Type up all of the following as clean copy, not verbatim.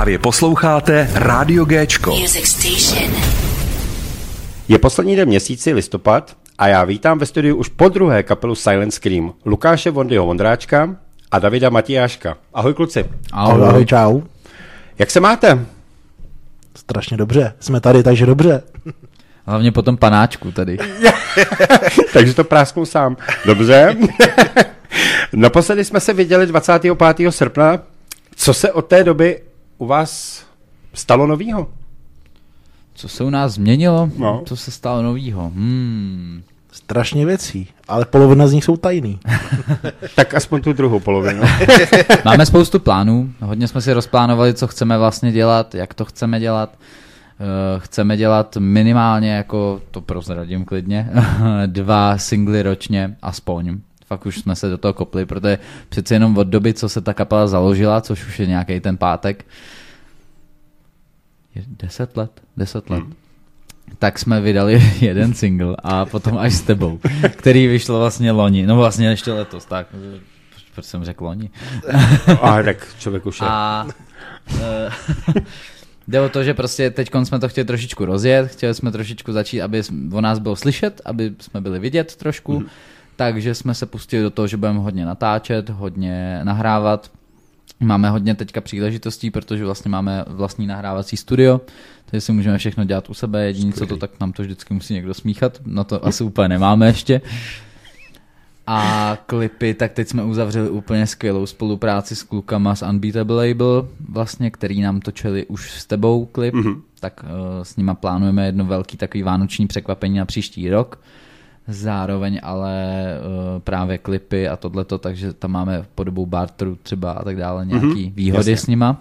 Právě posloucháte Rádio Géčko. Je poslední den měsíci listopad a já vítám ve studiu už podruhé kapelu Silent Scream Lukáše Vondyho Vondráčka a Davida Matyáška. Ahoj kluci. Ahoj, čau. Jak se máte? Strašně dobře. Jsme tady, takže dobře. Hlavně po tom panáčku tady. Takže to prásknu sám. Dobře. Naposledy jsme se viděli 25. srpna. Co se od té doby u vás stalo novýho? Co se u nás změnilo? No. Co se stalo novýho? Strašně věcí, ale polovina z nich jsou tajný. Tak aspoň tu druhou polovinu. Máme spoustu plánů. Hodně jsme si rozplánovali, co chceme vlastně dělat, jak to chceme dělat. Chceme dělat minimálně, jako to prozradím klidně, 2 singly ročně aspoň. Fakt už jsme se do toho kopli, protože přeci jenom od doby, co se ta kapela založila, což už je nějaký ten pátek, je 10 let, tak jsme vydali jeden single a potom až s tebou, který vyšlo vlastně loni, no vlastně ještě letos, tak, proč jsem řekl loni. Tak člověk už je. Jde o to, že prostě teď jsme to chtěli trošičku rozjet, chtěli jsme trošičku začít, aby o nás bylo slyšet, aby jsme byli vidět trošku, takže jsme se pustili do toho, že budeme hodně natáčet, hodně nahrávat. Máme hodně teďka příležitostí, protože vlastně máme vlastní nahrávací studio, takže si můžeme všechno dělat u sebe, jediný co to, tak nám to vždycky musí někdo smíchat, no to asi úplně nemáme ještě. A klipy, tak teď jsme uzavřeli úplně skvělou spolupráci s klukama z Unbeatable Label, vlastně, který nám točili už s tebou klip, tak s nima plánujeme jedno velký takový vánoční překvapení na příští rok. Zároveň ale právě klipy a tohleto, takže tam máme podobou barteru třeba a tak dále nějaký výhody s nima.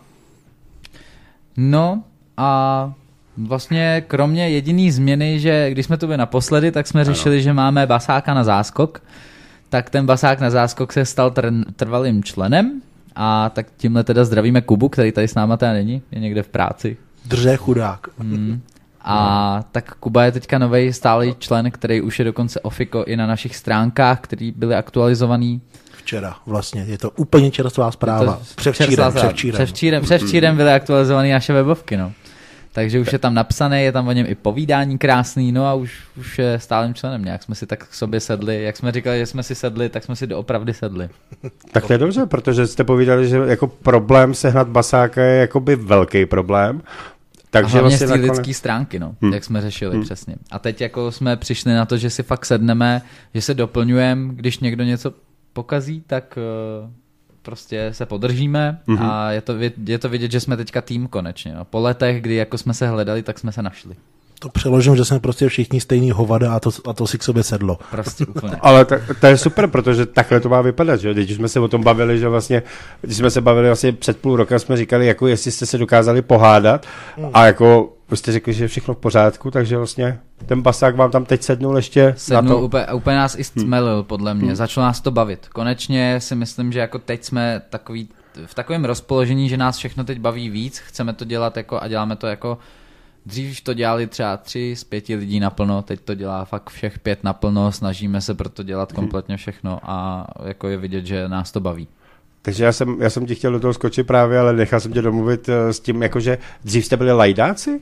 No a vlastně kromě jediný změny, že když jsme tu byli naposledy, tak jsme řešili, že máme basáka na záskok, tak ten basák na záskok se stal trvalým členem a tak tímhle teda zdravíme Kubu, který tady s náma teda není, je někde v práci. Drže chudák. A tak Kuba je teďka novej stálý člen, který už je dokonce ofiko i na našich stránkách, který byly aktualizovaný. Včera vlastně, je to úplně čerstvá zpráva. Převčírem byly aktualizované naše webovky, no. Takže už je tam napsané, je tam o něm i povídání krásný, no a už je stálým členem. Nějak jsme si tak k sobě sedli, jak jsme říkali, že jsme si sedli, tak jsme si doopravdy sedli. Tak to je dobře, protože jste povídali, že jako problém sehnat basáka je jakoby velký problém. Takže a hlavně vlastně z té lidské stránky, no, jak jsme řešili přesně. A teď jako jsme přišli na to, že si fakt sedneme, že se doplňujeme, když někdo něco pokazí, tak prostě se podržíme a je to vidět, že jsme teďka tým konečně. No. Po letech, kdy jako jsme se hledali, tak jsme se našli. To přeložím, že jsme prostě všichni stejný hovada a to si k sobě sedlo. Prostě úplně. Ale to je super, protože takhle to má vypadat, že? Když jsme se o tom bavili, že vlastně, když jsme se bavili vlastně před půl rokem, jsme říkali, jako jestli jste se dokázali pohádat a jako prostě řekli, že je všechno v pořádku, takže vlastně ten basák vám tam teď sednul ještě na to. Úplně nás i stmelil, podle mě. Začalo nás to bavit. Konečně si myslím, že jako teď jsme v takovém rozpoložení, že nás všechno teď baví víc, chceme to dělat jako a děláme to jako. Dřív to dělali třeba 3 z 5 lidí naplno, teď to dělá fakt všech 5 naplno, snažíme se proto dělat kompletně všechno a jako je vidět, že nás to baví. Takže já jsem ti chtěl do toho skočit právě, ale nechal jsem tě domluvit s tím, jakože dřív jste byli lajdáci?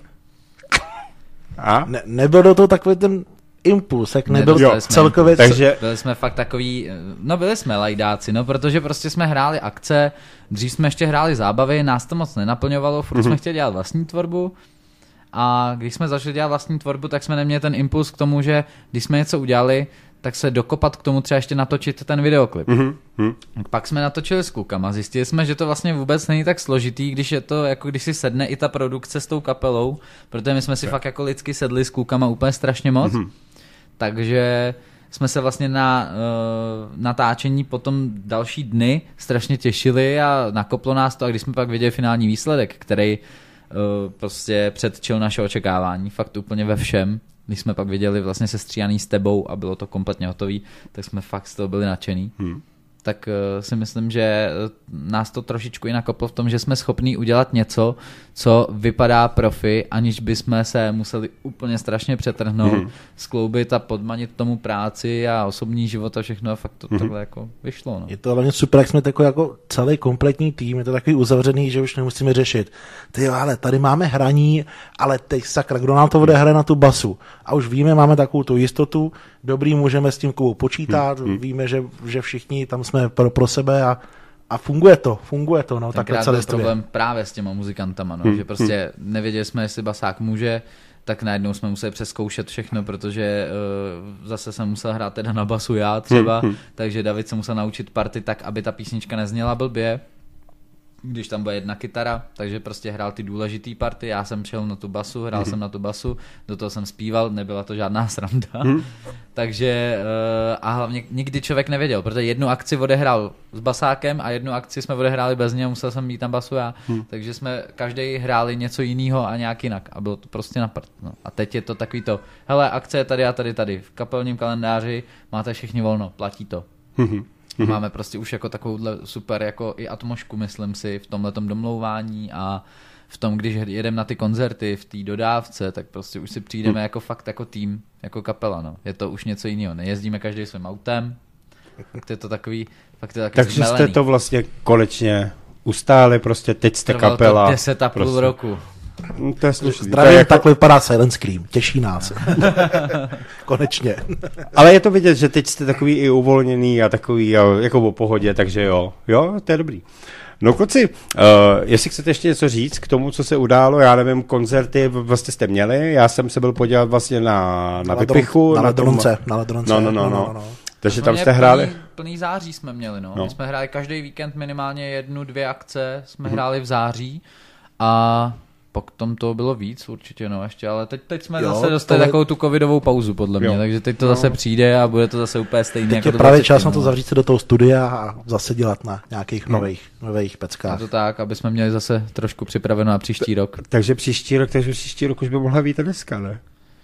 A? Nebyl do toho takový ten impuls, jak nebyl celkově. Takže byli jsme fakt takový, byli jsme lajdáci, protože prostě jsme hráli akce, dřív jsme ještě hráli zábavy, nás to moc nenaplňovalo, furt jsme chtěli dělat vlastní tvorbu. A když jsme začali dělat vlastní tvorbu, tak jsme neměli ten impuls k tomu, že když jsme něco udělali, tak se dokopat k tomu třeba ještě natočit ten videoklip. Pak jsme natočili s klukama, zjistili jsme, že to vlastně vůbec není tak složitý, když je to jako když si sedne i ta produkce s tou kapelou, protože my jsme si fakt jako lidsky sedli s klukama úplně strašně moc. Takže jsme se vlastně na natáčení potom další dny strašně těšili a nakoplo nás to a když jsme pak viděli finální výsledek, který prostě předčil naše očekávání, fakt úplně ve všem. Když jsme pak viděli vlastně sestříhaný s tebou a bylo to kompletně hotový, tak jsme fakt z toho byli nadšený. tak si myslím, že nás to trošičku i nakoplo v tom, že jsme schopní udělat něco, co vypadá profi, aniž bychom se museli úplně strašně přetrhnout, skloubit a podmanit tomu práci a osobní život a všechno a fakt to takhle jako vyšlo. No. Je to hlavně super, jak jsme takový jako celý kompletní tým, je to takový uzavřený, že už nemusíme řešit. Ty ale tady máme hraní, ale teď sakra, kdo nám to odehraje na tu basu? A už víme, máme takovou tu jistotu, dobrý, můžeme s tím Kubou počítat, víme, že všichni tam jsme pro sebe a funguje to, no, takhle celé problém právě s těma muzikantama, no, že prostě nevěděli jsme, jestli basák může, tak najednou jsme museli přeskoušet všechno, protože zase jsem musel hrát teda na basu já třeba, takže David se musel naučit party tak, aby ta písnička nezněla blbě, když tam bude jedna kytara, takže prostě hrál ty důležitý party, já jsem šel na tu basu, hrál jsem na tu basu, do toho jsem zpíval, nebyla to žádná sranda, takže a hlavně nikdy člověk nevěděl, protože jednu akci odehrál s basákem a jednu akci jsme odehráli bez něj, musel jsem mít tam basu já, takže jsme každý hráli něco jiného a nějak jinak a bylo to prostě na prd. No. A teď je to takový to, hele, akce je tady a tady, v kapelním kalendáři máte všichni volno, platí to. Máme prostě už jako takovouhle super jako i atmošku, myslím si, v tomhletom domlouvání a v tom, když jedeme na ty koncerty v té dodávce, tak prostě už si přijdeme jako fakt jako tým, jako kapela, no. Je to už něco jiného, nejezdíme každý svým autem, fakt je to takový takže zmelený. jste to vlastně konečně ustáli, prostě teď jste kapela. To 10,5 prostě. Roku. To je slušný. Zdravím, jako... takhle vypadá Silent Scream, těší nás. Konečně. Ale je to vidět, že teď jste takový i uvolněný a takový jako o pohodě, takže jo, to je dobrý. No kluci, jestli chcete ještě něco říct k tomu, co se událo, já nevím, koncerty vlastně jste měli, já jsem se byl podívat vlastně na Vypichu. Na Ledronce. No. Takže tam jste hráli? Plný září jsme měli, no. My jsme hráli každý víkend minimálně 1-2 akce, jsme hráli v září a potom to bylo víc určitě, no ještě, ale teď jsme zase dostali takovou tu covidovou pauzu podle mě, takže teď to zase přijde a bude to zase úplně stejné. Teď jako je právě čas na to zavřít se do toho studia a zase dělat na nějakých nových peckách. Je to tak, aby jsme měli zase trošku připraveno na příští rok. Takže příští rok už by mohla být dneska, ne?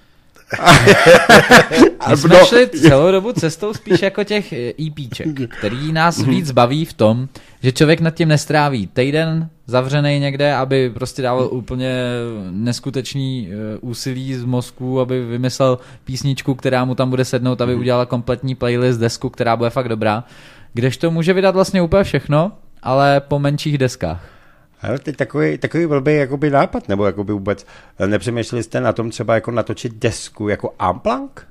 My jsme šli celou dobu cestou spíš jako těch EPček, který nás víc baví v tom, že člověk nad tím nestráví týden zavřený někde, aby prostě dával úplně neskutečný úsilí z mozku, aby vymyslel písničku, která mu tam bude sednout, aby udělala kompletní playlist, desku, která bude fakt dobrá, kdežto může vydat vlastně úplně všechno, ale po menších deskách. Ale teď takový blbý jakoby nápad, nebo jakoby vůbec nepřemýšleli jste na tom třeba jako natočit desku jako Amplank?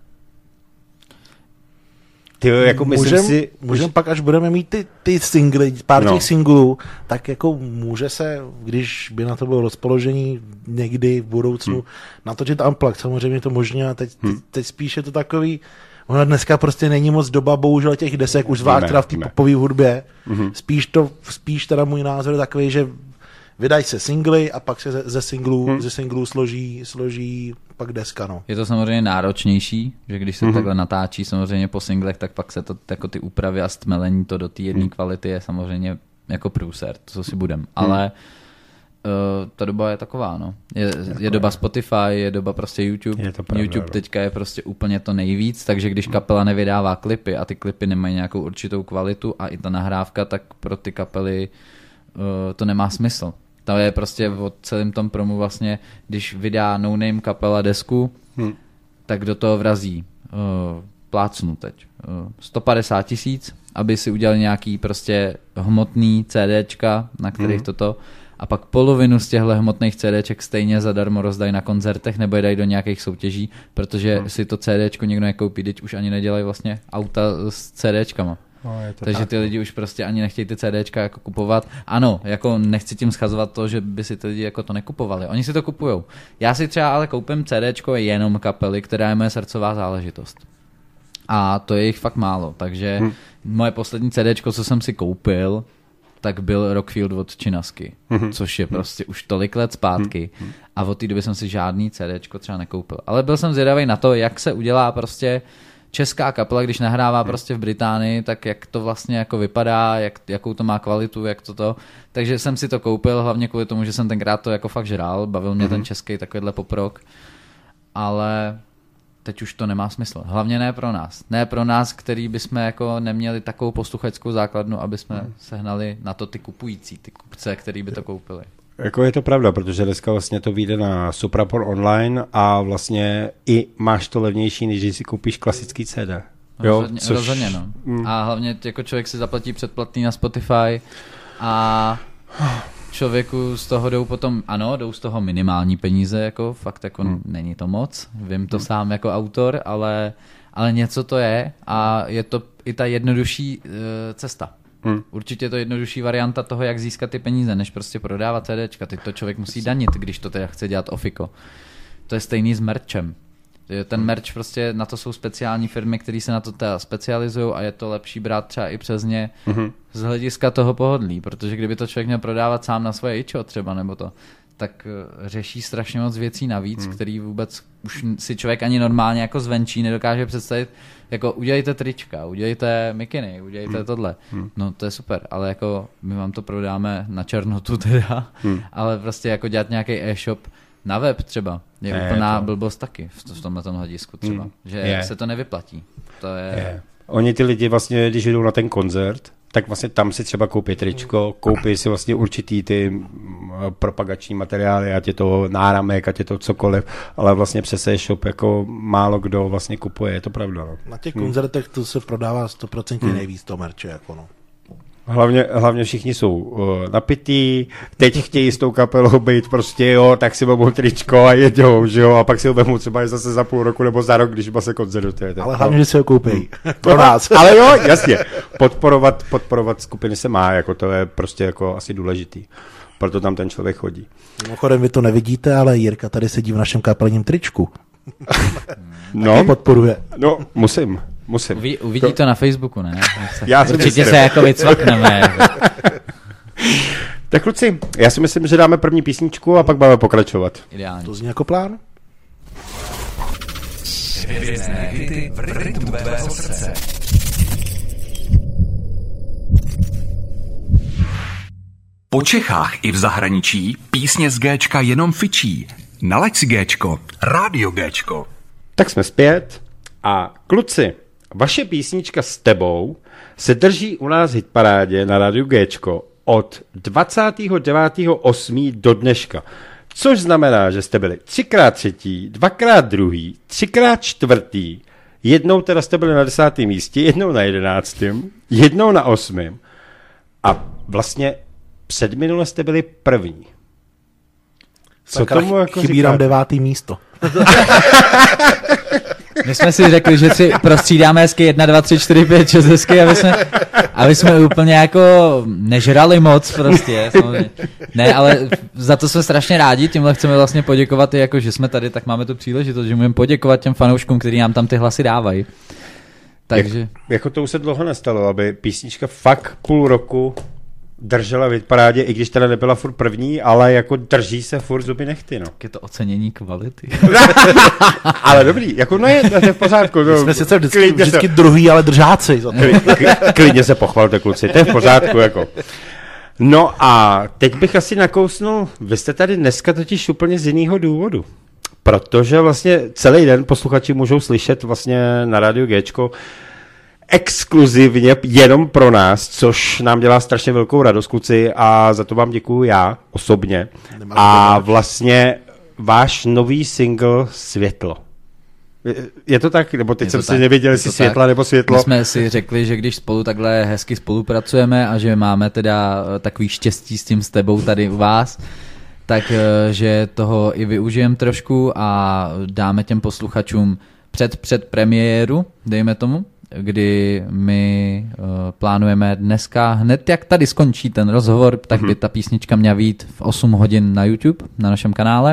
Jako můžem pak, až budeme mít ty singly, pár těch singlů, tak jako může se, když by na to bylo rozpoložení někdy v budoucnu, natočit Unplugged. Samozřejmě to možné a teď spíš je to takový, ona dneska prostě není moc doba, bohužel těch desek, už zvlášť teda v té popové hudbě. Spíš teda můj názor je takový, že vydají se singly a pak se ze singlů složí pak deska, no. Je to samozřejmě náročnější, že když se takhle natáčí samozřejmě po singlech, tak pak se to jako ty úpravy a stmelení to do té jedné kvality je samozřejmě jako průser, to co si budem. Ale ta doba je taková, no. Je doba Spotify, je doba prostě YouTube. YouTube teďka je prostě úplně to nejvíc, takže když kapela nevydává klipy a ty klipy nemají nějakou určitou kvalitu a i ta nahrávka, tak pro ty kapely to nemá smysl. To je prostě o celém tom promu vlastně, když vydá No Name kapela desku, tak do toho vrazí plácnu teď 150 000, aby si udělali nějaký prostě hmotný CDčka, na kterých toto, a pak polovinu z těchto hmotných CDček stejně zadarmo rozdají na koncertech nebo je dají do nějakých soutěží, protože si to CDčko někdo nekoupí, teď už ani nedělají vlastně auta s CDčkama. No, takže ty lidi už prostě ani nechtějí ty CDčka jako kupovat. Ano, jako nechci tím schazovat to, že by si ty lidi jako to nekupovali. Oni si to kupujou. Já si třeba ale koupím CDčko jenom kapely, která je moje srdcová záležitost. A to je jich fakt málo. Takže moje poslední CDčko, co jsem si koupil, tak byl Rockfield od Činasky, což je prostě už tolik let zpátky. A od té doby jsem si žádný CDčko třeba nekoupil. Ale byl jsem zvědavý na to, jak se udělá prostě česká kapela, když nahrává prostě v Británii, tak jak to vlastně jako vypadá, jakou to má kvalitu, jak to. Takže jsem si to koupil, hlavně kvůli tomu, že jsem tenkrát to jako fakt žral, bavil mě ten český takovýhle poprok, ale teď už to nemá smysl. Hlavně ne pro nás. Ne pro nás, který bychom jako neměli takovou posluchačskou základnu, aby jsme sehnali na to ty kupující, ty kupce, který by to koupili. Jako je to pravda, protože dneska vlastně to vyjde na Suprapor online a vlastně i máš to levnější, než když si koupíš klasický CD. Jo, rozhodně, no. A hlavně jako člověk si zaplatí předplatný na Spotify a člověku z toho jdou potom, ano, jdou z toho minimální peníze, jako fakt jako není to moc, vím to sám jako autor, ale něco to je a je to i ta jednodušší cesta. Určitě je to jednodušší varianta toho, jak získat ty peníze, než prostě prodávat CDčka. Teď to člověk musí danit, když to teda chce dělat ofiko. To je stejný s merčem. Ten merch prostě, na to jsou speciální firmy, které se na to teda specializují a je to lepší brát třeba i přes ně z hlediska toho pohodlí, protože kdyby to člověk měl prodávat sám na svoje ičo třeba nebo to, tak řeší strašně moc věcí navíc, který vůbec už si člověk ani normálně jako zvenčí nedokáže představit, jako udělejte trička, udělejte mikiny, udělejte tohle. No to je super, ale jako my vám to prodáme na černotu teda, ale prostě jako dělat nějaký e-shop na web třeba je úplná blbost taky v tomhle hledisku třeba, že se to nevyplatí. To je... Oni ty lidi vlastně, když jdou na ten koncert, tak vlastně tam si třeba koupí tričko, koupí si vlastně určitý ty propagační materiály, ať je to náramek, ať je to cokoliv, ale vlastně přes e-shop jako málo kdo vlastně kupuje, je to pravda. No. Na těch koncertech to se prodává 100% nejvíc to merče, jako no. Hlavně všichni jsou napitý, teď chtějí s tou kapelou být prostě, jo, tak si vemou tričko a jedou, že jo, a pak si ho vemou třeba zase za půl roku nebo za rok, když se koncertuje. Ale hlavně, že si ho koupí. Pro nás. Ale jo, jasně. Podporovat skupiny se má, jako to je prostě jako asi důležitý. Proto tam ten člověk chodí. Mimochodem, vy to nevidíte, ale Jirka tady sedí v našem kapelním tričku. No, podporuje. No, musím. Uvidí to na Facebooku, ne? Určitě se jako vycvakneme. Tak kluci, já si myslím, že dáme první písničku a pak budeme pokračovat. Ideálně. To zní jako plán? Hvězdné hity v rytmu tvého srdce. Po Čechách i v zahraničí písně z Géčka jenom fičí. Nalaď si Géčko, Rádio Géčko. Tak jsme zpět a kluci, vaše písnička S tebou se drží u nás v hitparádě na Rádiu Géčko od 29.8. do dneška. Což znamená, že jste byli 3x3, 2x2, 3x4, jednou teda jste byli na 10. místě, jednou na 11., jednou na 8. a vlastně předminule jste byli první. Co tomu jako chybí nám 9. místo. My jsme si řekli, že si prostřídáme hezky 1, 2, 3, 4, 5, 6 hezky, aby jsme úplně jako nežrali moc prostě. Samozřejmě. Ne, ale za to jsme strašně rádi, tímhle chceme vlastně poděkovat i jako, že jsme tady, tak máme tu příležitost, že můžeme poděkovat těm fanouškům, kteří nám tam ty hlasy dávají. Takže... Jako to už se dlouho nestalo, aby písnička fakt půl roku držela v hitparádě, i když teda nebyla furt první, ale jako drží se furt zuby nechty, no. Je to ocenění kvality. Ale dobrý, jako no je v pořádku. No, jsme sice vždycky druhý, ale držáci. Klidně se pochvalte, kluci, to je v pořádku, jako. No a teď bych asi nakousnul, vy jste tady dneska totiž úplně z jiného důvodu. Protože vlastně celý den posluchači můžou slyšet vlastně na Rádiu Géčko exkluzivně jenom pro nás, což nám dělá strašně velkou radost, kluci, a za to vám děkuju já osobně. A vlastně váš nový single Světlo. Je to tak? Nebo teď jsem si nevěděl, jestli světla nebo světlo. My jsme si řekli, že když spolu takhle hezky spolupracujeme a že máme teda takový štěstí s tím s tebou tady u vás, takže toho i využijeme trošku a dáme těm posluchačům před premiéru, dejme tomu, kdy my plánujeme dneska, hned jak tady skončí ten rozhovor, tak by ta písnička měla vyjít v 8 hodin na YouTube, na našem kanále.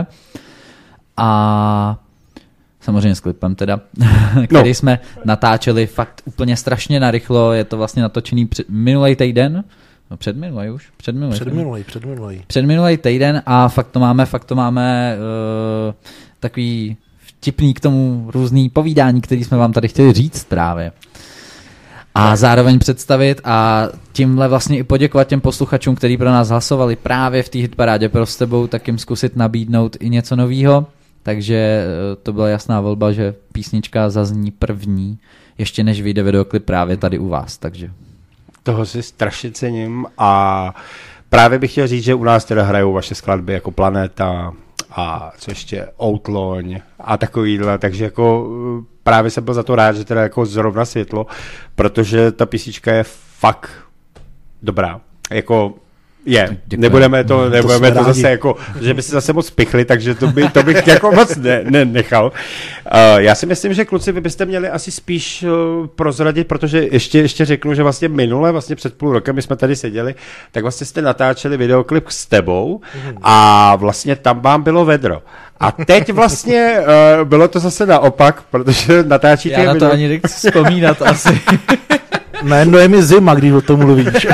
A samozřejmě s klipem teda, který jsme natáčeli fakt úplně strašně narychlo, je to vlastně natočený minulý týden, no předminulý týden a fakt to máme takový vtipný k tomu různý povídání, který jsme vám tady chtěli říct právě. A zároveň představit a tímhle vlastně i poděkovat těm posluchačům, kteří pro nás hlasovali právě v té hitparádě pro S tebou, tak jim zkusit nabídnout i něco novýho. takže to byla jasná volba, že písnička zazní první, ještě než vyjde videoklip právě tady u vás, takže. Toho si strašně cením a právě bych chtěl říct, že u nás teda hrajou vaše skladby jako Planeta a co ještě Outlaw a takovýhle, takže jako právě jsem byl za to rád, že teda jako zrovna světlo, protože ta písnička je fakt dobrá, jako je, nebudeme to zase jako, že by si zase moc pichli, takže to bych jako moc nechal. Já si myslím, že kluci, vy byste měli asi spíš prozradit, protože ještě řeknu, že vlastně minule, vlastně před půl rokem, my jsme tady seděli, tak vlastně jste natáčeli videoklip s tebou a vlastně tam vám bylo vedro. A teď vlastně bylo to zase naopak, protože natáčíte... Já na to ani nechci vzpomínat asi. Najednou je mi zima, když o tom mluvíš.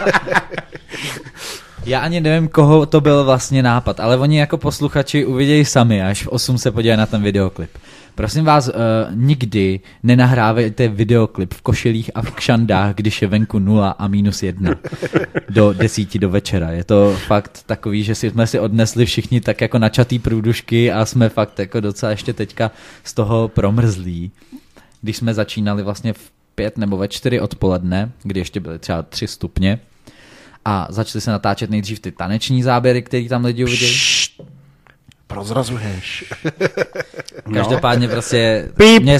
Já ani nevím, koho to byl vlastně nápad, ale oni jako posluchači uvidějí sami, až v 8 se podívají na ten videoklip. Prosím vás, nikdy nenahrávejte videoklip v košilích a v kšandách, když je venku 0 a -1 do 10 do večera. Je to fakt takový, že jsme si odnesli všichni tak jako načatý průdušky a jsme fakt jako docela ještě teďka z toho promrzlí. Když jsme začínali vlastně v 5 nebo ve 4 odpoledne, kdy ještě byly třeba 3 stupně, a začali se natáčet nejdřív ty taneční záběry, který tam lidi uvidějí. Prozrazuješ. Každopádně prostě měli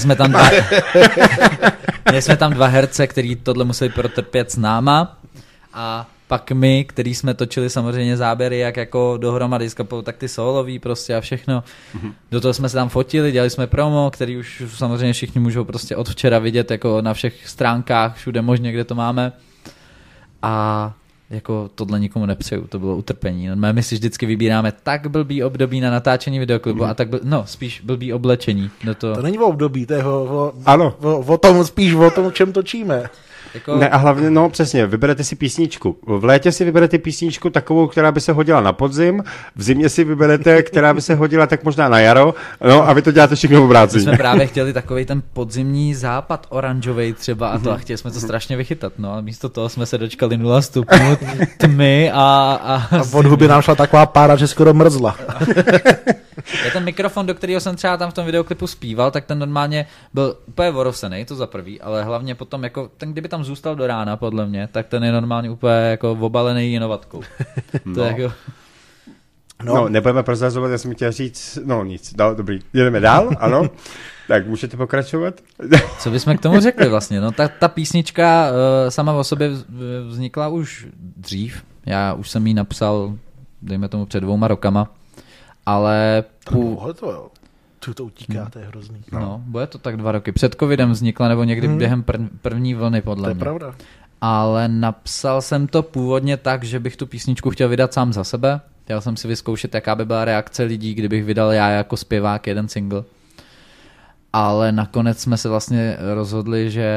jsme tam dva herce, který tohle museli protrpět s náma a pak my, který jsme točili samozřejmě záběry jak jako dohromady s kapelou, tak ty solový prostě a všechno. Do toho jsme se tam fotili, dělali jsme promo, který už samozřejmě všichni můžou prostě od včera vidět jako na všech stránkách, všude možně, kde to máme. A jako tohle nikomu nepřeju, to bylo utrpení. My si vždycky vybíráme tak blbý období na natáčení videoklipu a tak spíš blbý oblečení. To není o období, to je o tom, spíš o tom, o čem točíme. Jako... Ne, a hlavně, no přesně, vyberete si písničku. V létě si vyberete písničku takovou, která by se hodila na podzim, v zimě si vyberete, která by se hodila tak možná na jaro, no a vy to děláte všechno v obrácení. My jsme právě chtěli takovej ten podzimní západ oranžovej třeba a to a chtěli jsme to strašně vychytat, no ale místo toho jsme se dočkali 0 stupňů, tmy a od huby nám šla taková pára, že skoro mrzla. Já ten mikrofon, do kterého jsem třeba tam v tom videoklipu zpíval, tak ten normálně byl úplně vorosený, to za prvý, ale hlavně potom jako ten, kdyby tam zůstal do rána, podle mě, tak ten je normálně úplně jako obalený jinovatkou. To je jako... No, nebudeme prozrazovat, já jsem chtěl říct, no nic, dobrý, jedeme dál, ano, tak můžete pokračovat. Co bychom k tomu řekli vlastně, no ta písnička sama o sobě vznikla už dřív, já už jsem ji napsal, dejme tomu před 2 rokama, ale... To utíká, to je hrozný. No, bude to tak 2 roky. Před covidem vznikla, nebo někdy během první vlny, podle mě. To je pravda. Ale napsal jsem to původně tak, že bych tu písničku chtěl vydat sám za sebe. Chtěl jsem si vyzkoušet, jaká by byla reakce lidí, kdybych vydal já jako zpěvák jeden single. Ale nakonec jsme se vlastně rozhodli, že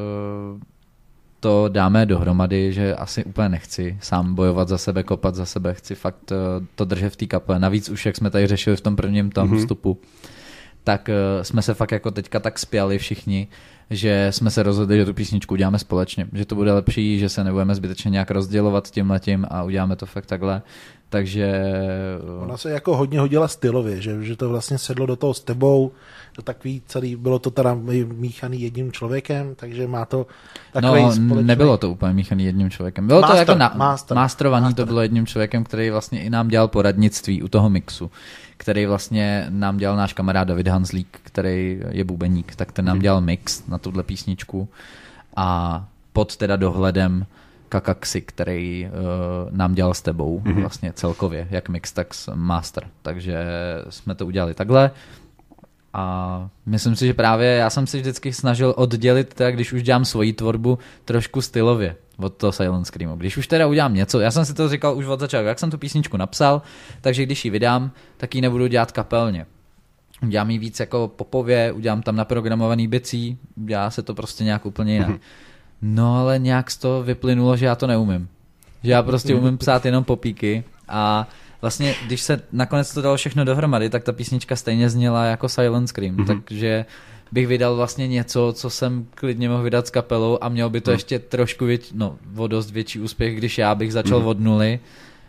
to dáme dohromady, že asi úplně nechci sám bojovat za sebe, kopat za sebe, chci fakt to držet v té kapele. Navíc už, jak jsme tady řešili v tom prvním tom vstupu, tak jsme se fakt jako teďka tak spjali všichni, že jsme se rozhodli, že tu písničku uděláme společně, že to bude lepší, že se nebudeme zbytečně nějak rozdělovat tímhletím a uděláme to fakt takhle. Takže... Ona se jako hodně hodila stylově, že to vlastně sedlo do toho s tebou, to takový celý, bylo to teda míchaný jedním člověkem, takže má to takový společný... nebylo to úplně míchaný jedním člověkem. Bylo to jako mástrovaný, to bylo jedním člověkem, který vlastně i nám dělal poradnictví u toho mixu, který vlastně nám dělal náš kamarád David Hanzlík, který je bubeník, tak ten nám dělal mix na tuhle písničku a pod teda dohledem Kakaxi, který nám dělal s tebou vlastně celkově, jak mix, tak master. Takže jsme to udělali takhle a myslím si, že právě já jsem si vždycky snažil oddělit, teda když už dělám svoji tvorbu, trošku stylově od toho Silent Screamu. Když už teda udělám něco, já jsem si to říkal už od začátku, jak jsem tu písničku napsal, takže když ji vydám, tak ji nebudu dělat kapelně. Udělám ji víc jako popově, udělám tam naprogramovaný bicí, dělá se to prostě nějak úplně jinak. No ale nějak z toho vyplynulo, že já to neumím. Že já prostě umím psát jenom popíky a vlastně, když se nakonec to dalo všechno dohromady, tak ta písnička stejně zněla jako Silent Scream, takže bych vydal vlastně něco, co jsem klidně mohl vydat s kapelou a měl by to ještě trošku o dost větší úspěch, když já bych začal od nuly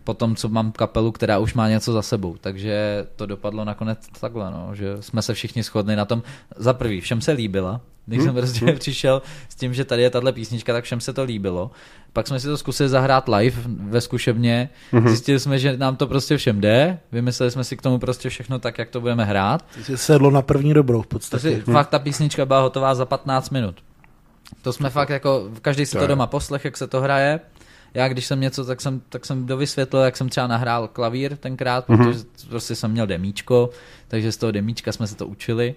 po tom, co mám kapelu, která už má něco za sebou. Takže to dopadlo nakonec takhle, no, že jsme se všichni shodli na tom. Za prvý, všem se líbila. Když jsem prostě přišel s tím, že tady je tahle písnička, tak všem se to líbilo. Pak jsme si to zkusili zahrát live ve zkušebně. Zjistili jsme, že nám to prostě všem jde. Vymysleli jsme si k tomu prostě všechno tak, jak to budeme hrát. Jsi sedlo na první dobrou v podstatě. Fakt ta písnička byla hotová za 15 minut. To jsme fakt jako, každý si to doma poslech, jak se to hraje. Já když jsem něco, tak jsem dovysvětlil, jak jsem třeba nahrál klavír tenkrát, protože prostě jsem měl demíčko, takže z toho demíčka jsme se to učili.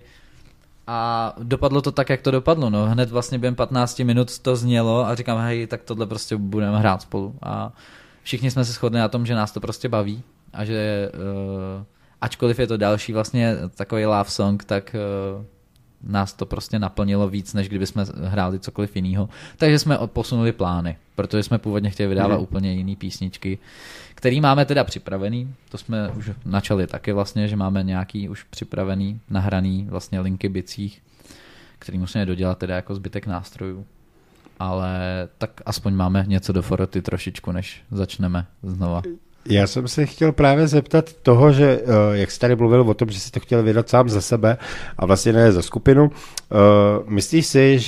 A dopadlo to tak, jak to dopadlo. No. Hned vlastně během 15 minut to znělo a říkám, hej, tak tohle prostě budeme hrát spolu. A všichni jsme se shodli na tom, že nás to prostě baví a že ačkoliv je to další vlastně takový love song, tak nás to prostě naplnilo víc, než kdyby jsme hráli cokoliv jiného. Takže jsme posunuli plány, protože jsme původně chtěli vydávat úplně jiný písničky, který máme teda připravený. To jsme už načali taky vlastně, že máme nějaký už připravený, nahraný vlastně linky bicích, který musíme dodělat teda jako zbytek nástrojů. Ale tak aspoň máme něco do foroty trošičku, než začneme znova. Já jsem se chtěl právě zeptat toho, že jak jsi tady mluvil o tom, že jsi to chtěl vydat sám za sebe a vlastně ne za skupinu, myslíš si,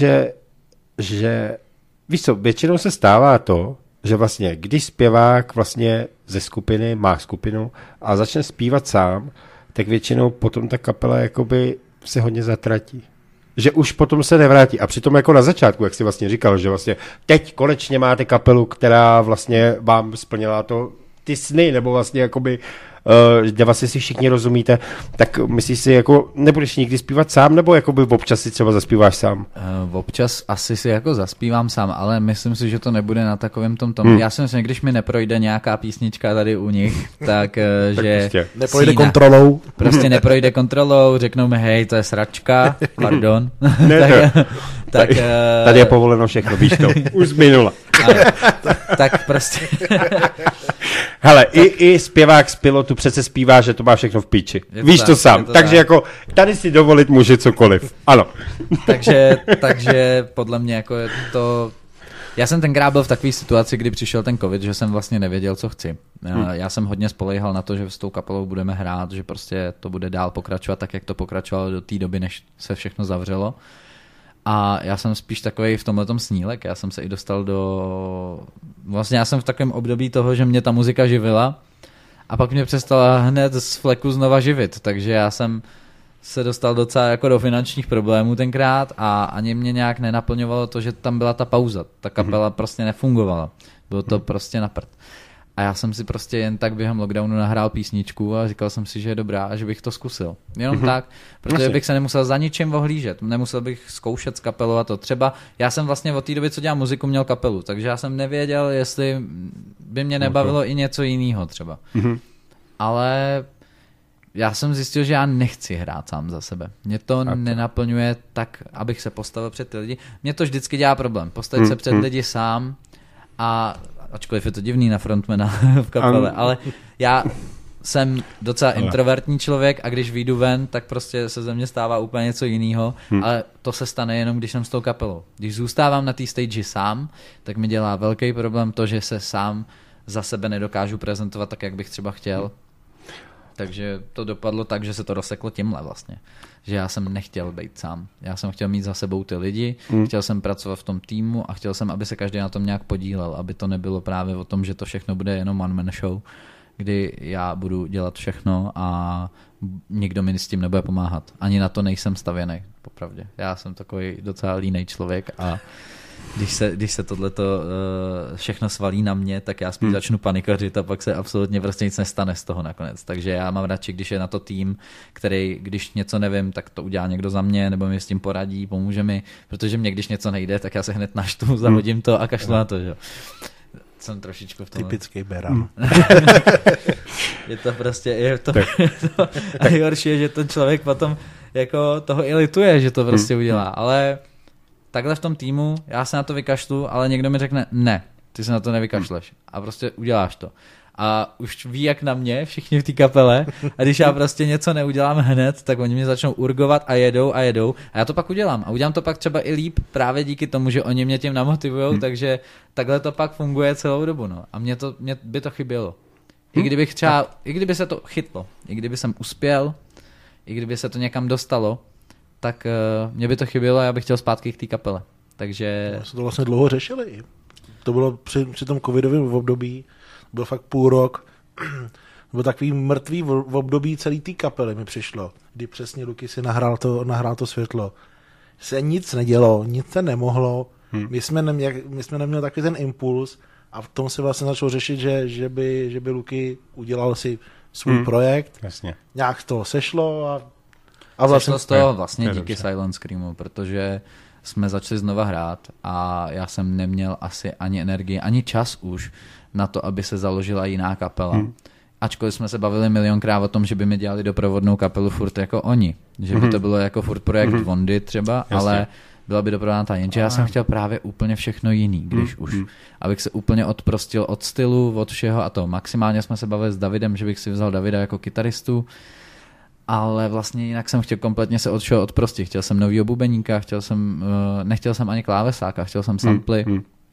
že víš co, většinou se stává to, že vlastně když zpěvák vlastně ze skupiny má skupinu a začne zpívat sám, tak většinou potom ta kapela jakoby se hodně zatratí. Že už potom se nevrátí. A přitom jako na začátku, jak jsi vlastně říkal, že vlastně teď konečně máte kapelu, která vlastně vám splnila to ty sny, nebo vlastně jakoby, kde vlastně si všichni rozumíte, tak myslíš si, jako nebudeš nikdy zpívat sám, nebo jakoby občas si třeba zaspíváš sám? Občas asi si jako zaspívám sám, ale myslím si, že to nebude na takovém tom. Já si myslím, že když mi neprojde nějaká písnička tady u nich, tak že prostě neprojde kontrolou. Prostě neprojde kontrolou, řeknou mi, hej, to je sračka, pardon. Tady je povoleno všechno, víš to, už z minula. Tak prostě... Hele, i zpěvák z pilotu přece zpívá, že to má všechno v píči. Víš to sám. Takže jako tady si dovolit může cokoliv. Ano. takže podle mě jako je to... Já jsem tenkrát byl v takové situaci, kdy přišel ten covid, že jsem vlastně nevěděl, co chci. Já jsem hodně spoléhal na to, že s tou kapelou budeme hrát, že prostě to bude dál pokračovat tak, jak to pokračovalo do té doby, než se všechno zavřelo. A já jsem spíš takovej v tomhletom snílek, já jsem se i dostal vlastně já jsem v takovém období toho, že mě ta muzika živila a pak mě přestala hned z fleku znova živit, takže já jsem se dostal docela jako do finančních problémů tenkrát a ani mě nějak nenaplňovalo to, že tam byla ta pauza, ta kapela prostě nefungovala, bylo to prostě na prd. A já jsem si prostě jen tak během lockdownu nahrál písničku a říkal jsem si, že je dobrá a že bych to zkusil. Jenom tak, protože bych se nemusel za ničím ohlížet, nemusel bych zkoušet z kapelu a to. Třeba já jsem vlastně od té doby, co dělám muziku, měl kapelu, takže já jsem nevěděl, jestli by mě nebavilo i něco jiného třeba. Ale já jsem zjistil, že já nechci hrát sám za sebe. Mě to nenaplňuje tak, abych se postavil před ty lidi. Mě to vždycky dělá problém, postavit se před lidi sám a ačkoliv je to divný na frontmana v kapele, ale já jsem docela introvertní člověk a když vyjdu ven, tak prostě se ze mě stává úplně něco jiného, ale to se stane jenom, když jsem s tou kapelou. Když zůstávám na té stage sám, tak mi dělá velký problém to, že se sám za sebe nedokážu prezentovat tak, jak bych třeba chtěl. Takže to dopadlo tak, že se to rozseklo tímhle vlastně. Že já jsem nechtěl být sám. Já jsem chtěl mít za sebou ty lidi, chtěl jsem pracovat v tom týmu a chtěl jsem, aby se každý na tom nějak podílel, aby to nebylo právě o tom, že to všechno bude jenom one man show, kdy já budu dělat všechno a nikdo mi s tím nebude pomáhat. Ani na to nejsem stavěný, popravdě. Já jsem takový docela línej člověk a když se tohleto všechno svalí na mě, tak já spíš začnu panikařit a pak se absolutně prostě nic nestane z toho nakonec. Takže já mám radši, když je na to tým, který, když něco nevím, tak to udělá někdo za mě, nebo mi s tím poradí, pomůže mi, protože mě, když něco nejde, tak já se hned naštvu, zahodím to a kašlu na to, že? Jsem trošičku v tom. Typický beran. Je to prostě, a nejhorší je, že ten člověk potom jako toho i lituje, že to prostě udělá, ale takhle v tom týmu, já se na to vykašlu, ale někdo mi řekne, ne, ty se na to nevykašleš a prostě uděláš to. A už ví, jak na mě, všichni v té kapele, a když já prostě něco neudělám hned, tak oni mě začnou urgovat a jedou a já to pak udělám. A udělám to pak třeba i líp právě díky tomu, že oni mě tím namotivujou, takže takhle to pak funguje celou dobu. No. A mě by to chybělo. I kdyby se to chytlo, i kdyby jsem uspěl, i kdyby se to někam dostalo, tak mě by to chybělo a já bych chtěl zpátky k té kapele. Takže... My jsme to vlastně dlouho řešili. To bylo při tom covidovém období, byl fakt půl rok, byl takový mrtvý v období celý té kapely mi přišlo, kdy přesně Luky si nahrál to světlo. Se nic nedělo, nic se nemohlo, my jsme neměli takový ten impuls a v tom se vlastně začalo řešit, že by Luky udělal si svůj projekt, jasně. Nějak to sešlo a vlastně... Sešlo z toho vlastně díky Silent Screamu, protože jsme začali znova hrát a já jsem neměl asi ani energii, ani čas už na to, aby se založila jiná kapela. Ačkoliv jsme se bavili milionkrát o tom, že by mi dělali doprovodnou kapelu furt jako oni. Že by to bylo jako furt projekt Vondy třeba, jasně. Ale byla by doprovodná ta. Jenže já jsem chtěl právě úplně všechno jiný, když už. Abych se úplně odprostil od stylu, od všeho a to. Maximálně jsme se bavili s Davidem, že bych si vzal Davida jako kytaristu, ale vlastně jinak jsem chtěl kompletně se od všeho odprostit. Chtěl jsem novýho bubeníka, nechtěl jsem ani klávesáka, chtěl jsem samply,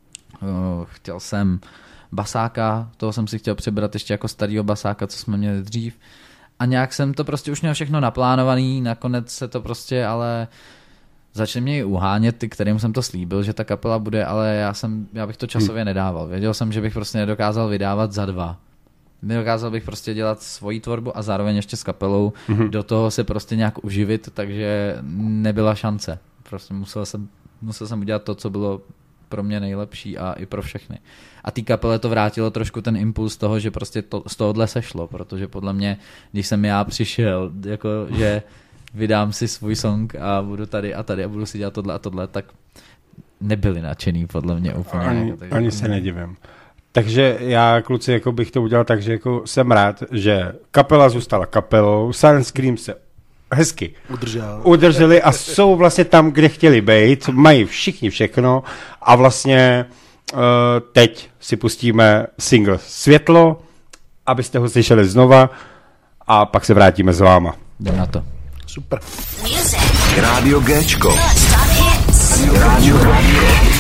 chtěl jsem basáka, toho jsem si chtěl přebrat ještě jako starýho basáka, co jsme měli dřív. A nějak jsem to prostě už měl všechno naplánovaný, nakonec se to prostě ale začali mě i uhánět, ty, kterým jsem to slíbil, že ta kapela bude, ale já bych to časově nedával. Věděl jsem, že bych prostě nedokázal vydávat za 2. Nedokázal bych prostě dělat svoji tvorbu a zároveň ještě s kapelou do toho se prostě nějak uživit, takže nebyla šance. Prostě musel jsem udělat to, co bylo pro mě nejlepší a i pro všechny. A té kapele to vrátilo trošku ten impuls toho, že prostě z tohohle sešlo, protože podle mě, když jsem já přišel, jako že vydám si svůj song a budu tady a budu si dělat tohle a tohle, tak nebyli nadšený podle mě úplně. Ani se nedivím. Takže já, kluci, jako bych to udělal tak, že jako jsem rád, že kapela zůstala kapelou, Silent Scream se hezky udrželi a jsou vlastně tam, kde chtěli být, mají všichni všechno a vlastně teď si pustíme single Světlo, abyste ho slyšeli znova a pak se vrátíme s váma. Jdem na to. Super. Rádio Géčko. Rádio Géčko.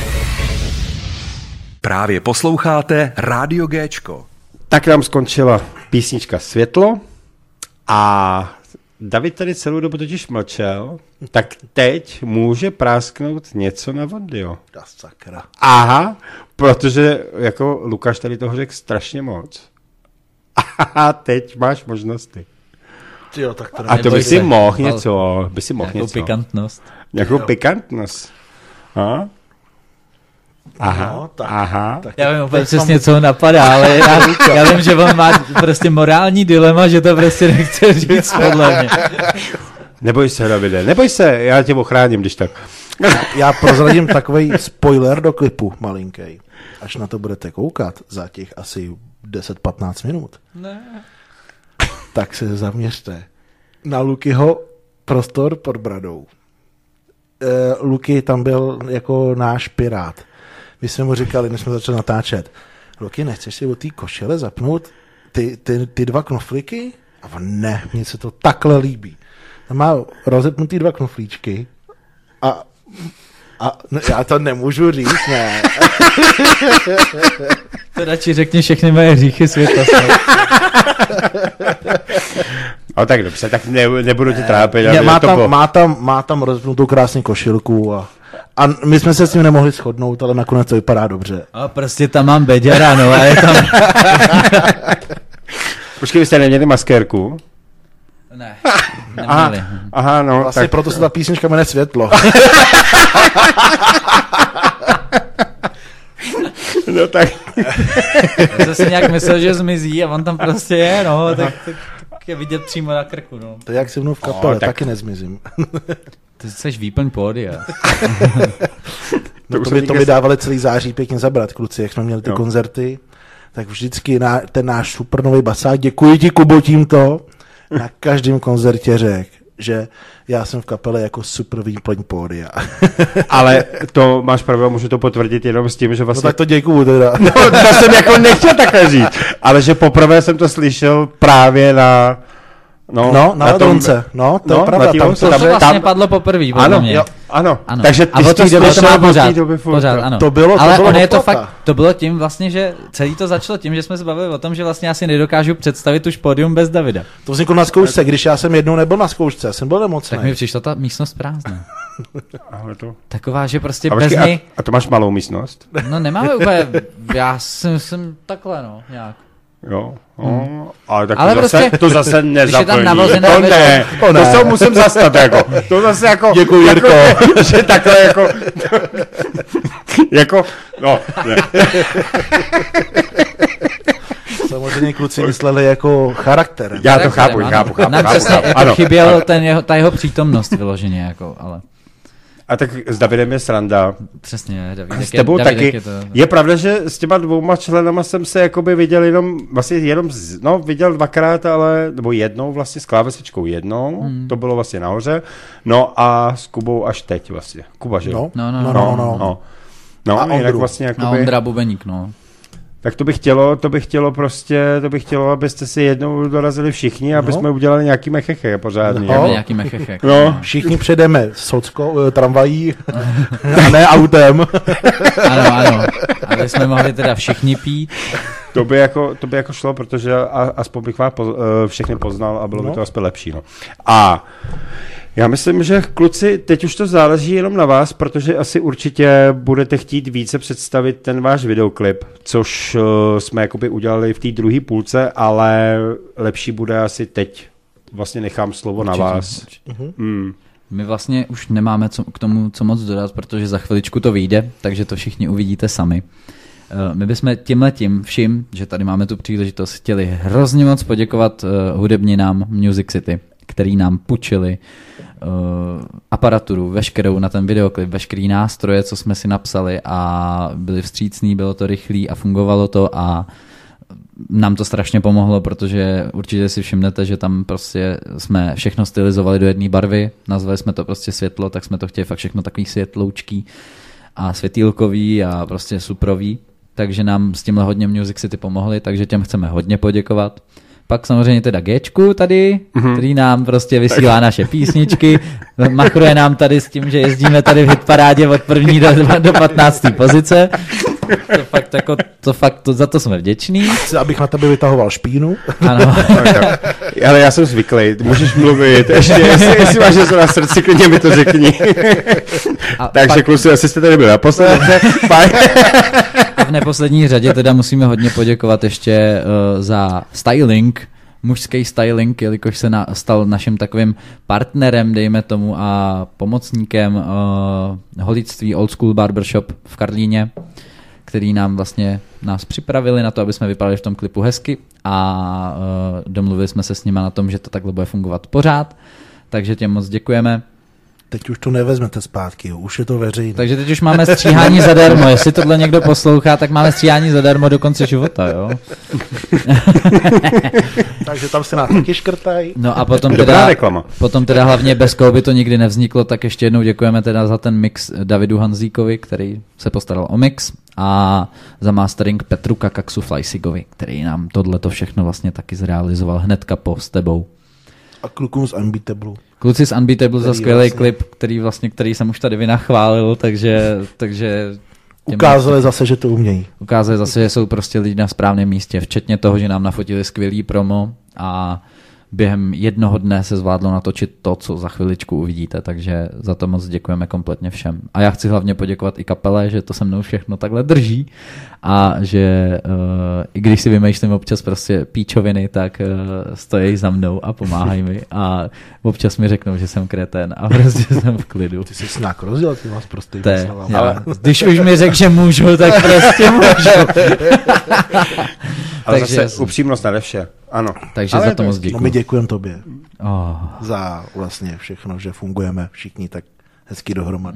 Právě posloucháte Rádio Géčko. Tak nám skončila písnička Světlo a David tady celou dobu totiž mlčel, tak teď může prásknout něco na Vondio. Sakra. Aha, protože jako Lukáš tady toho řekl strašně moc. A teď máš možnosti. Jo, tak to a to by si mohl něco. Nějakou pikantnost. Nějakou pikantnost. A? Aha, no, tak, aha. Tak, já vím úplně přesně, co ho napadá, ale já vím, že on má prostě morální dilema, že to prostě nechce říct podle mě. Neboj se, Davide, neboj se, já tě ochráním, když tak. Já prozradím takovej spoiler do klipu malinkej. Až na to budete koukat za těch asi 10-15 minut. Ne. Tak se zaměřte na Lukyho prostor pod bradou. Luky tam byl jako náš pirát. My jsme mu říkali, než jsme začali natáčet, Luky, nechceš si od té košele zapnout ty 2 knoflíky? A on, ne, mně se to takhle líbí. Tam má rozepnutý 2 knoflíčky a no, já to nemůžu říct, ne. To radši řekni všechny moje hříchy světa. A tak dobře, tak nebudu tě trápit. Má tam rozepnutou krásnou košilku a my jsme se s ním nemohli shodnout, ale nakonec to vypadá dobře. A prostě tam mám beďara, no a je tam... Počkej, vy jste neměli maskérku? Ne, neměli. Aha, no. Vlastně tak... proto se ta písnička jmenuje Světlo. No tak. Já jsem si nějak myslel, že zmizí a on tam prostě je, no, tak je vidět přímo na krku, no. To je jak se mnou v kapele, taky nezmizím. Ty jsi výplň pódia. No to by dávali celý září pěkně zabrat, kluci, jak jsme měli ty koncerty, tak vždycky ten náš super nový basák, děkuji ti, Kubo, tímto, na každém koncertě řekl, že já jsem v kapele jako super výplň pódia. Ale to máš pravdu, můžu to potvrdit jenom s tím, že vlastně... No tak to děkuju teda. No, to jsem jako nechtěl takhle říct, ale že poprvé jsem to slyšel právě No, na ledonce. No, to je pravda. To vlastně padlo poprvé, podle mě. Ano. Ano. Takže a o to má pořád, ano. To bylo ono je to fakt, to bylo tím vlastně, že celý to začalo tím, že jsme se bavili o tom, že vlastně asi nedokážu představit už pódium bez Davida. To vzniklo na zkoušce, když já jsem jednou nebyl na zkoušce, já jsem byl nemocný. Tak mi přišla ta místnost prázdná. Ale to... Taková, že prostě bez něj... A to máš malou místnost? No nemáme úplně, já jsem takhle, no, nějak. Jo, ale tak ale to zase nezaplní. To ne, to se musím zastat, jako. To zase jako... Děkuji, Jirko. Že takhle jako... jako, no, ne. Samozřejmě kluci mysleli jako charakterem. Já to chápu. Nám přesně chyběl ta jeho přítomnost vyloženě, jako, ale... A tak s Davidem je sranda. Přesně, David. S tebou taky. Je pravda, že s těma 2 členama jsem se jakoby viděl viděl 2krát, ale, nebo jednou vlastně s klávesečkou jednou, to bylo vlastně nahoře, no a s Kubou až teď vlastně. Kuba, že jo? No a jinak vlastně jakoby... A Ondra Bubeník, no. Tak to bych chtělo, abyste si jednou dorazili všichni, aby jsme udělali nějaký mecheche pořádný. Nějaký mecheche. No. Všichni předeme tramvají a ne autem. Ano. Aby jsme mohli teda všichni pít. To by jako šlo, protože aspoň bych vás všechny poznal a bylo by to aspoň lepší. No. A já myslím, že kluci, teď už to záleží jenom na vás, protože asi určitě budete chtít více představit ten váš videoklip, což jsme jakoby udělali v té druhé půlce, ale lepší bude asi teď. Vlastně nechám slovo určitě, na vás. My vlastně už nemáme k tomu co moc dodat, protože za chviličku to vyjde, takže to všichni uvidíte sami. My bychom tímhletím všim, že tady máme tu příležitost, chtěli hrozně moc poděkovat hudebninám Music City, který nám půjčili aparaturu, veškerou na ten videoklip, veškerý nástroje, co jsme si napsali a byli vstřícní, bylo to rychlý a fungovalo to a nám to strašně pomohlo, protože určitě si všimnete, že tam prostě jsme všechno stylizovali do jedné barvy, nazvali jsme to prostě světlo, tak jsme to chtěli fakt všechno takový světloučký a světýlkový a prostě suprový, takže nám s tímhle hodně Music City pomohli, takže těm chceme hodně poděkovat. Pak samozřejmě teda Géčku tady, který nám prostě vysílá naše písničky, machruje nám tady s tím, že jezdíme tady v hitparádě od 1. do 15. pozice. To fakt za to jsme vděční. Chci, abych na tebe vytahoval špínu. Ano. Ale já jsem zvyklý, můžeš mluvit, ještě, jestli máš něco na srdci, klidně mi to řekni. Takže kluci, asi jste tady byli naposledy. A v neposlední řadě teda musíme hodně poděkovat ještě za styling, mužský styling, jelikož se stal naším takovým partnerem, dejme tomu, a pomocníkem holictví Old School Barbershop v Karlíně, který nás připravili na to, aby jsme vypadali v tom klipu hezky a domluvili jsme se s nima na tom, že to takhle bude fungovat pořád, takže těm moc děkujeme. Teď už to nevezmete zpátky, už je to veřejné. Takže teď už máme stříhání zadarmo. Jestli tohle někdo poslouchá, tak máme stříhání zadarmo do konce života, jo? Takže tam se nás taky škrtají. No a potom teda hlavně bez koho by to nikdy nevzniklo, tak ještě jednou děkujeme teda za ten mix Davidu Hanzíkovi, který se postaral o mix, a za mastering Petru Kakaksu Flysigovi, který nám tohleto všechno vlastně taky zrealizoval hnedka s tebou. A klukům z Unbeatable. Kluci z Unbeatable za skvělý klip, který jsem už tady vynachválil, takže ukázali zase, že to umějí. Ukázali zase, že jsou prostě lidi na správném místě, včetně toho, že nám nafotili skvělý promo a během jednoho dne se zvládlo natočit to, co za chviličku uvidíte, takže za to moc děkujeme kompletně všem. A já chci hlavně poděkovat i kapele, že to se mnou všechno takhle drží a že i když si vymýšlím občas prostě píčoviny, tak stojí za mnou a pomáhají mi a občas mi řeknou, že jsem kretén a prostě jsem v klidu. Ty jsi snák rozděl, ty máš prostě ale když už mi řekl, že můžu, tak prostě můžu. Ale zase upřímnost nade vše. Ano. Takže ale za to moc děkuji. No my děkujeme tobě za vlastně všechno, že fungujeme všichni tak hezky dohromady.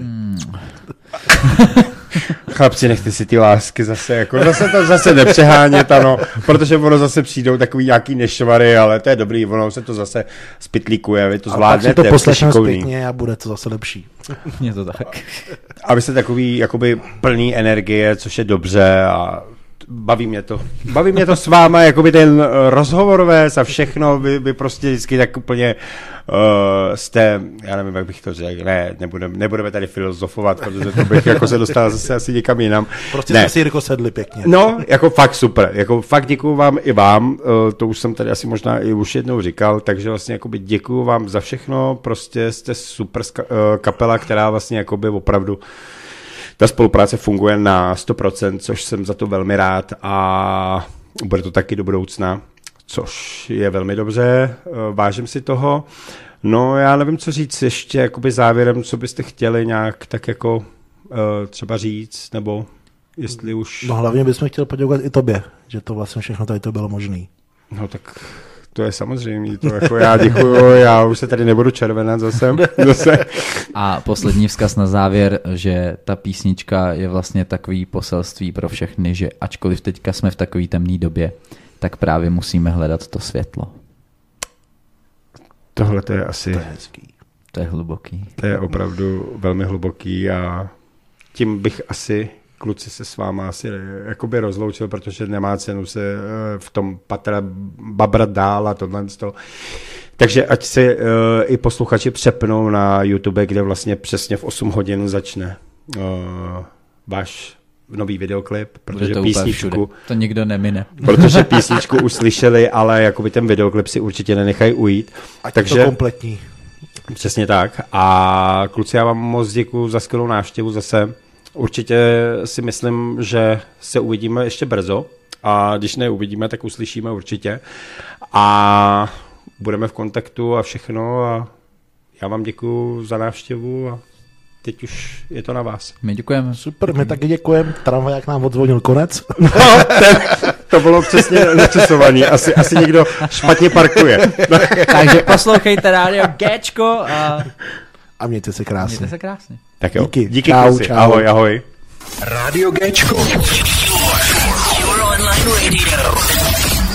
Chlapci, nechte si ty lásky zase, zase nepřehánět, ano, protože ono zase přijdou takový nějaký nešvary, ale to je dobrý, ono se to zase spitlíkuje, vy to zvládnete. A pak si to poslechneme zpětně a bude to zase lepší. Je to tak. A vy jste takový jakoby plný energie, což je dobře a baví mě to. Baví mě to s váma, jakoby ten rozhovorové a všechno, vy prostě vždycky tak úplně jste, já nevím, jak bych to řekl, ne, nebudeme tady filozofovat, protože to bych jako se dostal zase asi někam jinam. Prostě jsme si Jirko sedli pěkně. No, jako fakt super, jako fakt děkuju vám i vám, to už jsem tady asi možná i už jednou říkal, takže vlastně jakoby děkuju vám za všechno, prostě jste super kapela, která vlastně jakoby opravdu ta spolupráce funguje na 100%, což jsem za to velmi rád a bude to taky do budoucna, což je velmi dobře, vážím si toho. No já nevím, co říct ještě jakoby závěrem, co byste chtěli nějak tak jako třeba říct, nebo jestli už... No hlavně bychom chtěli poděkovat i tobě, že to vlastně všechno tady to bylo možný. No tak to je samozřejmě, to jako já děkuju, já už se tady nebudu červenat zase. A poslední vzkaz na závěr, že ta písnička je vlastně takový poselství pro všechny, že ačkoliv teďka jsme v takové temné době, tak právě musíme hledat to světlo. Tohle to je asi... To je hezký. To je hluboký. To je opravdu velmi hluboký a tím bych asi, kluci, se s váma asi jakoby rozloučil, protože nemá cenu se v tom patra babrat dál a tohle. Takže ať se i posluchači přepnou na YouTube, kde vlastně přesně v 8 hodin začne váš nový videoklip, protože písničku... To nikdo nemine. Protože písničku už slyšeli, ale jakoby ten videoklip si určitě nenechají ujít. Ať takže to kompletní. Přesně tak. A kluci, já vám moc děkuju za skvělou návštěvu zase. Určitě si myslím, že se uvidíme ještě brzo a když neuvidíme, tak uslyšíme určitě. A budeme v kontaktu a všechno a já vám děkuju za návštěvu a teď už je to na vás. My děkujeme. Super, my taky děkujeme. Tramvaják nám odzvonil konec. No, to bylo přesně načasovaný. Asi někdo špatně parkuje. Takže poslouchejte rádio Géčko a mějte se krásně. Mějte se krásně. Tak jo. Díky čau, kluci. čau. Ahoj, ahoj. Rádio Géčko. Your online radio.